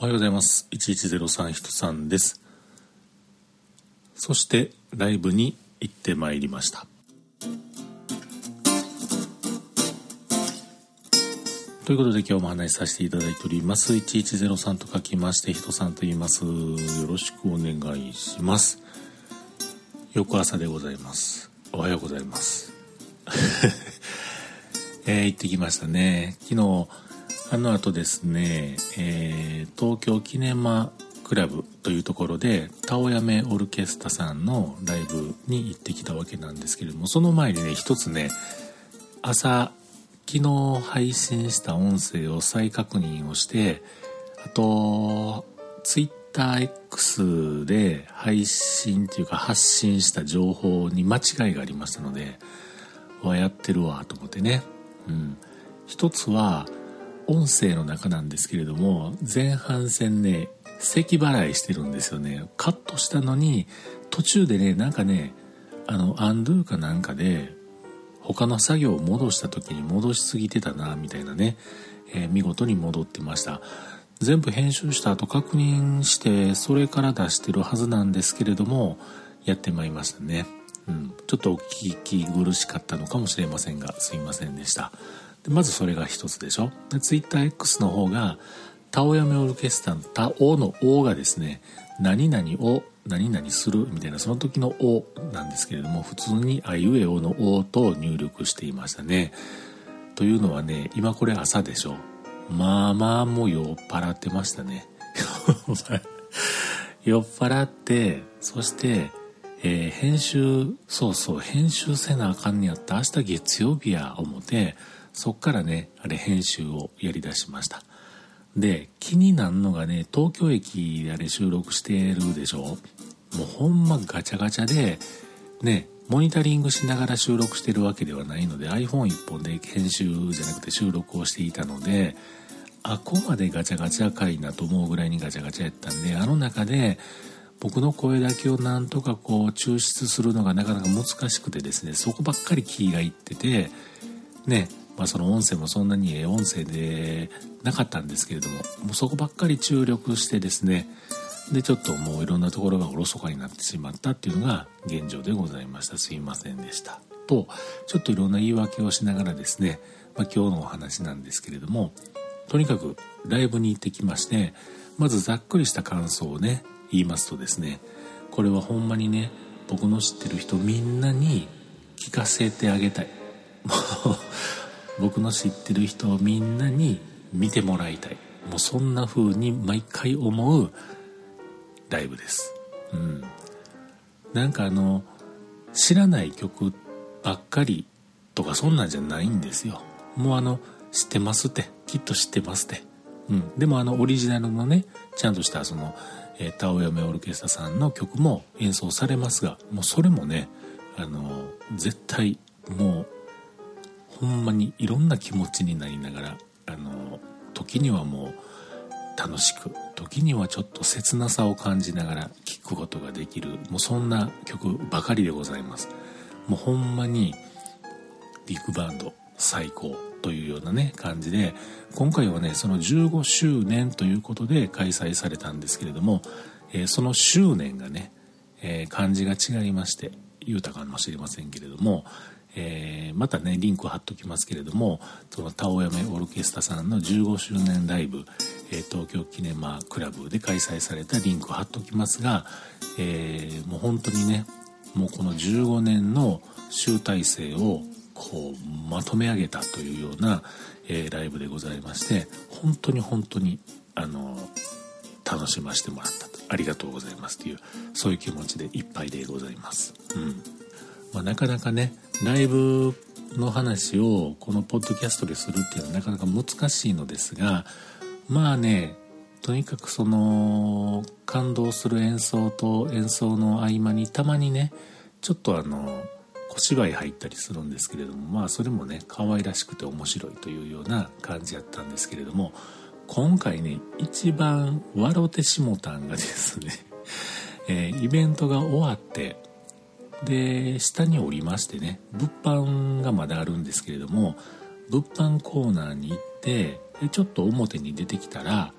おはようございます。1103ひとさんです。そしてライブに行ってまいりました。ということで今日も話しさせていただいております。1103と書きましてひとさんと言います。よろしくお願いします。翌朝でございます。おはようございます。行ってきましたね。昨日あの後ですね、東京キネマクラブというところでタオヤメオルケスタさんのライブに行ってきたわけなんですけれども、その前にね一つね、朝昨日配信した音声を再確認をして、あとTwitterX で配信というか発信した情報に間違いがありましたので、やってるわと思ってね、一つは音声の中なんですけれども、前半戦ね咳払いしてるんですよね。カットしたのに途中でね、なんかねアンドゥかなんかで他の作業を戻した時に戻しすぎてたなみたいなね、見事に戻ってました。全部編集した後確認してそれから出してるはずなんですけれども、やってまいりましたね。ちょっとお聞き苦しかったのかもしれませんが、すいませんでした。でまずそれが一つでしょ。で TwitterX の方がタオヤメオルケスタのタオのオがですね、何々を何々するみたいなその時のオなんですけれども、普通にあいうえおのオと入力していましたね。というのはね、今これ朝でしょ。まあもう酔っ払ってましたね。酔っ払って、そして編集せなあかんねやった。明日月曜日や思って、そっからね編集をやり出しました。で気になるのがね、東京駅で収録してるでしょ。もうほんまガチャガチャでね、モニタリングしながら収録してるわけではないので iPhone 一本で編集じゃなくて収録をしていたので、あこまでガチャガチャかいなと思うぐらいにガチャガチャやったんで、あの中で僕の声だけをなんとかこう抽出するのがなかなか難しくてですね、そこばっかり気がいっててね、その音声もそんなに音声でなかったんですけれども、もうそこばっかり注力してですね、でちょっともういろんなところがおろそかになってしまったっていうのが現状でございました。すいませんでしたと、ちょっといろんな言い訳をしながらですね、今日のお話なんですけれども、とにかくライブに行ってきまして、まずざっくりした感想をね言いますとですね、これはほんまにね、僕の知ってる人みんなに聞かせてあげたい。僕の知ってる人をみんなに見てもらいたい。もうそんな風に毎回思うライブです。なんか知らない曲ばっかりとかそんなんじゃないんですよ。もう知ってますって、きっと知ってますって。でもオリジナルのねちゃんとしたタオヤメオルケスタさんの曲も演奏されますが、もうそれもね絶対もうほんまにいろんな気持ちになりながら、時にはもう楽しく、時にはちょっと切なさを感じながら聴くことができる、もうそんな曲ばかりでございます。もうほんまにビッグバンド最高というようなね感じで、今回はねその15周年ということで開催されたんですけれども、その周年がね、漢字が違いまして言うたかもしれませんけれども、またねリンク貼っときますけれども、そのタオヤメオルケスタさんの15周年ライブ、東京キネマクラブで開催されたリンク貼っときますが、もう本当にね、もうこの15年の集大成をこうまとめ上げたというような、ライブでございまして、本当に楽しませてもらったと、ありがとうございますという、そういう気持ちでいっぱいでございます。なかなかねライブの話をこのポッドキャストでするっていうのはなかなか難しいのですが、とにかくその感動する演奏と演奏の合間にたまにねちょっと小芝居入ったりするんですけれども、それもね可愛らしくて面白いというような感じやったんですけれども、今回ね一番笑ってしもたんがですね、イベントが終わってで下に降りましてね、物販がまだあるんですけれども、物販コーナーに行ってちょっと表に出てきたら、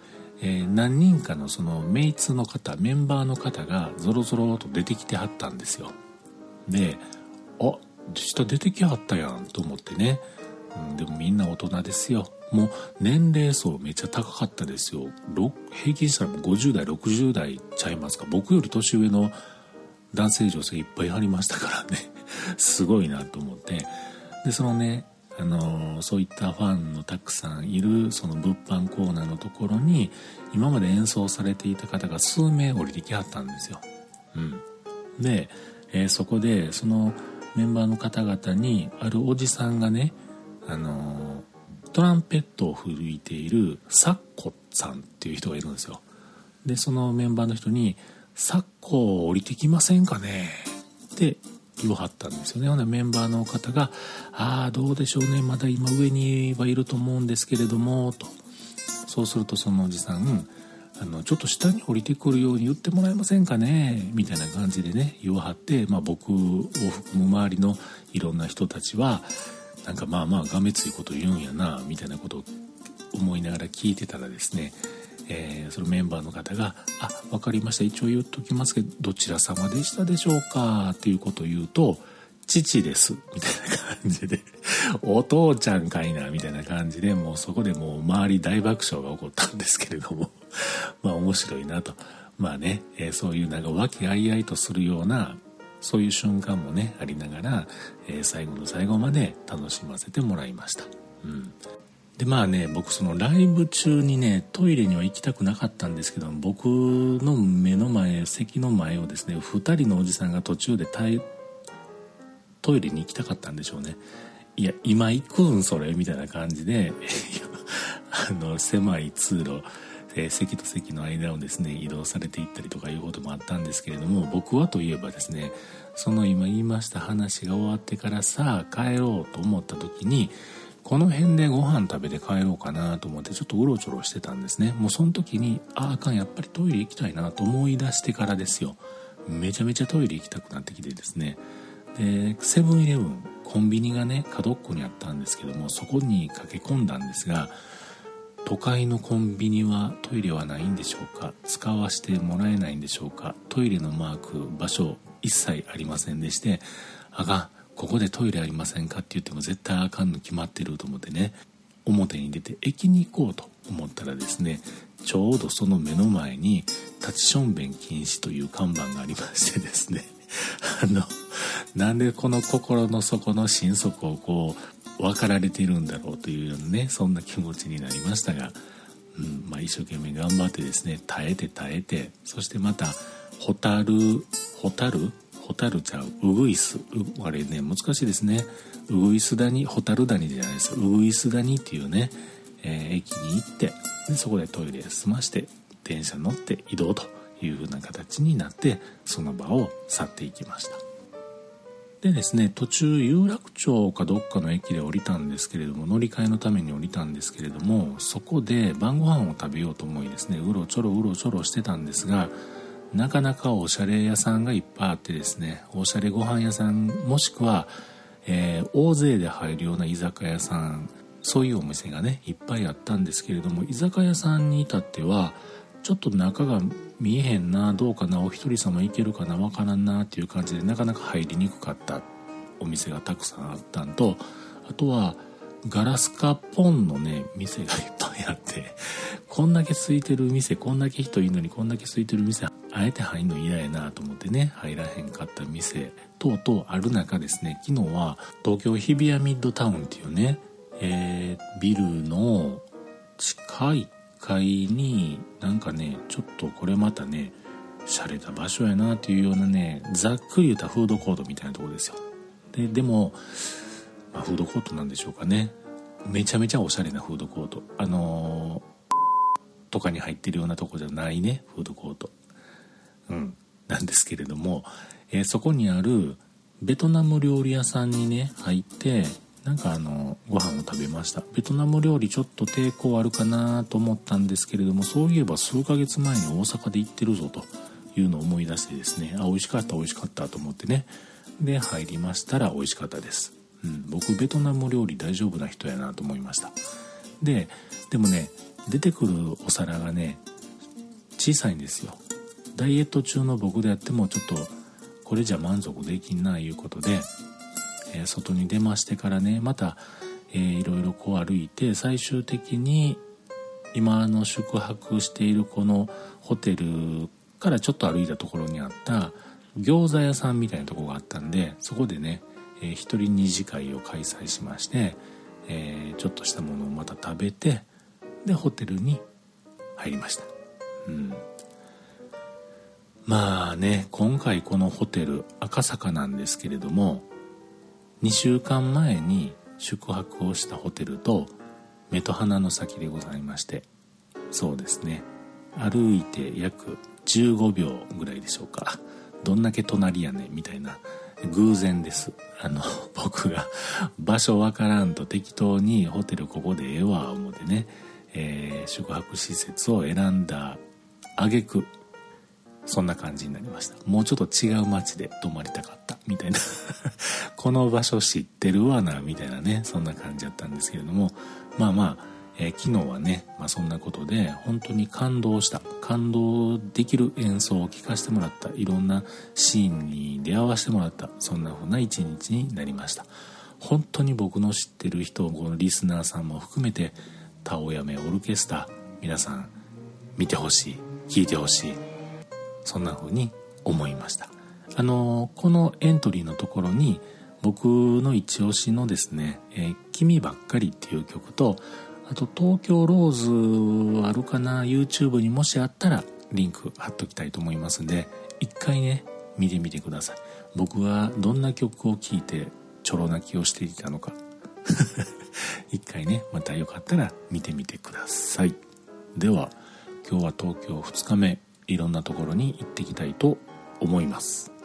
何人かのそのメイツの方、メンバーの方がゾロゾロと出てきてはったんですよ。で、あ、下出てきはったやんと思ってね、でもみんな大人ですよ。もう年齢層めっちゃ高かったですよ。平均したら50代60代ちゃいますか。僕より年上の男性女性いっぱいありましたからねすごいなと思って、でそのね、そういったファンのたくさんいるその物販コーナーのところに今まで演奏されていた方が数名降りてきはったんですよ。で、そこでそのメンバーの方々にあるおじさんがね、トランペットを吹いているサッコさんっていう人がいるんですよ。でそのメンバーの人にサッコ降りてきませんかねって言わはったんですよね。ほんでメンバーの方がどうでしょうね、まだ今上にはいると思うんですけれどもと。そうするとそのおじさん、ちょっと下に降りてくるように言ってもらえませんかねみたいな感じでね言わはって、僕を含む周りのいろんな人たちはなんかがめついこと言うんやなみたいなことを思いながら聞いてたらですね、そのメンバーの方がわかりました、一応言っときますけどどちら様でしたでしょうかっていうことを言うと、父ですみたいな感じでお父ちゃんかいなみたいな感じで、もうそこでもう周り大爆笑が起こったんですけれども面白いなと。そういうなんか和気あいあいとするようなそういう瞬間もねありながら、最後の最後まで楽しませてもらいました。で僕そのライブ中にねトイレには行きたくなかったんですけど、僕の目の前、席の前をですね2人のおじさんが途中でトイレに行きたかったんでしょうね。いや今行くんそれみたいな感じで狭い通路、席と席の間をですね移動されていったりとかいうこともあったんですけれども、僕はといえばですね、その今言いました話が終わってからさあ帰ろうと思った時にこの辺でご飯食べて帰ろうかなと思ってちょっとうろちょろしてたんですね。もうその時にあかん、やっぱりトイレ行きたいなと思い出してからですよ。めちゃめちゃトイレ行きたくなってきてですね、でセブンイレブンコンビニがね角っこにあったんですけども、そこに駆け込んだんですが、都会のコンビニはトイレはないんでしょうか、使わせてもらえないんでしょうか、トイレのマーク場所一切ありませんでして、ここでトイレありませんかって言っても絶対あかんの決まってると思ってね、表に出て駅に行こうと思ったらですね、ちょうどその目の前に立ちションベン禁止という看板がありましてですねなんでこの心の底の心底をこう分かられているんだろうというようなね、そんな気持ちになりましたが、一生懸命頑張ってですね耐えて、そしてまたホタルちゃうウグイス、あれね難しいですね、ウグイス谷、ホタル谷じゃないですよ、ウグイス谷っていうね、駅に行って、でそこでトイレ済まして電車乗って移動という風な形になってその場を去っていきました。でですね、途中有楽町かどっかの駅で降りたんですけれども、乗り換えのために降りたんですけれども、そこで晩ご飯を食べようと思いですねうろちょろしてたんですが、なかなかおしゃれ屋さんがいっぱいあってですね、おしゃれご飯屋さんもしくは、大勢で入るような居酒屋さん、そういうお店がねいっぱいあったんですけれども、居酒屋さんに至ってはちょっと中が見えへんな、どうかな、お一人様行けるかな、わからんなっていう感じでなかなか入りにくかったお店がたくさんあったんと、あとはガラスカポンのね店がいっぱいあって、こんだけ空いてる店、こんだけ人いるのにこんだけ空いてる店あえて入んの嫌やなと思ってね入らへんかった店等々ある中ですね、昨日は東京日比谷ミッドタウンっていうね、ビルの地下1階になんかねちょっとこれまたね洒落た場所やなっていうようなね、ざっくり言ったフードコートみたいなところですよ。でも、フードコートなんでしょうかね、めちゃめちゃおしゃれなフードコート、とかに入ってるようなとこじゃないねフードコート、なんですけれども、そこにあるベトナム料理屋さんにね入ってなんかご飯を食べました。ベトナム料理ちょっと抵抗あるかなと思ったんですけれども、そういえば数ヶ月前に大阪で行ってるぞというのを思い出してですね、美味しかったと思ってね、で入りましたら美味しかったです。僕ベトナム料理大丈夫な人やなと思いました。でもね出てくるお皿がね小さいんですよ。ダイエット中の僕であってもちょっとこれじゃ満足できんないうことで、外に出ましてからね、また、いろいろこう歩いて、最終的に今宿泊しているこのホテルからちょっと歩いたところにあった餃子屋さんみたいなところがあったんで、そこでね、一人二次会を開催しまして、ちょっとしたものをまた食べて、でホテルに入りました。まあね、今回このホテル赤坂なんですけれども、2週間前に宿泊をしたホテルと目と鼻の先でございまして、そうですね、歩いて約15秒ぐらいでしょうか。どんだけ隣やねんみたいな偶然です。僕が場所わからんと適当にホテルここでええわ思ってね、宿泊施設を選んだ挙句、そんな感じになりました。もうちょっと違う街で泊まりたかったみたいなこの場所知ってるわなみたいなね、そんな感じだったんですけれども、まあ、昨日はね、そんなことで本当に感動できる演奏を聴かせてもらった、いろんなシーンに出会わせてもらった、そんな風な一日になりました。本当に僕の知ってる人、このリスナーさんも含めて、タオヤメオルケストラ、皆さん見てほしい、聴いてほしい、そんな風に思いました。このエントリーのところに僕の一押しのですね、君ばっかりっていう曲と、あと東京ローズあるかな、 YouTube にもしあったらリンク貼っときたいと思いますんで、一回ね見てみてください。僕はどんな曲を聴いてチョロ泣きをしていたのか一回ね、またよかったら見てみてください。では今日は東京2日目、いろんなところに行ってきたいと思います。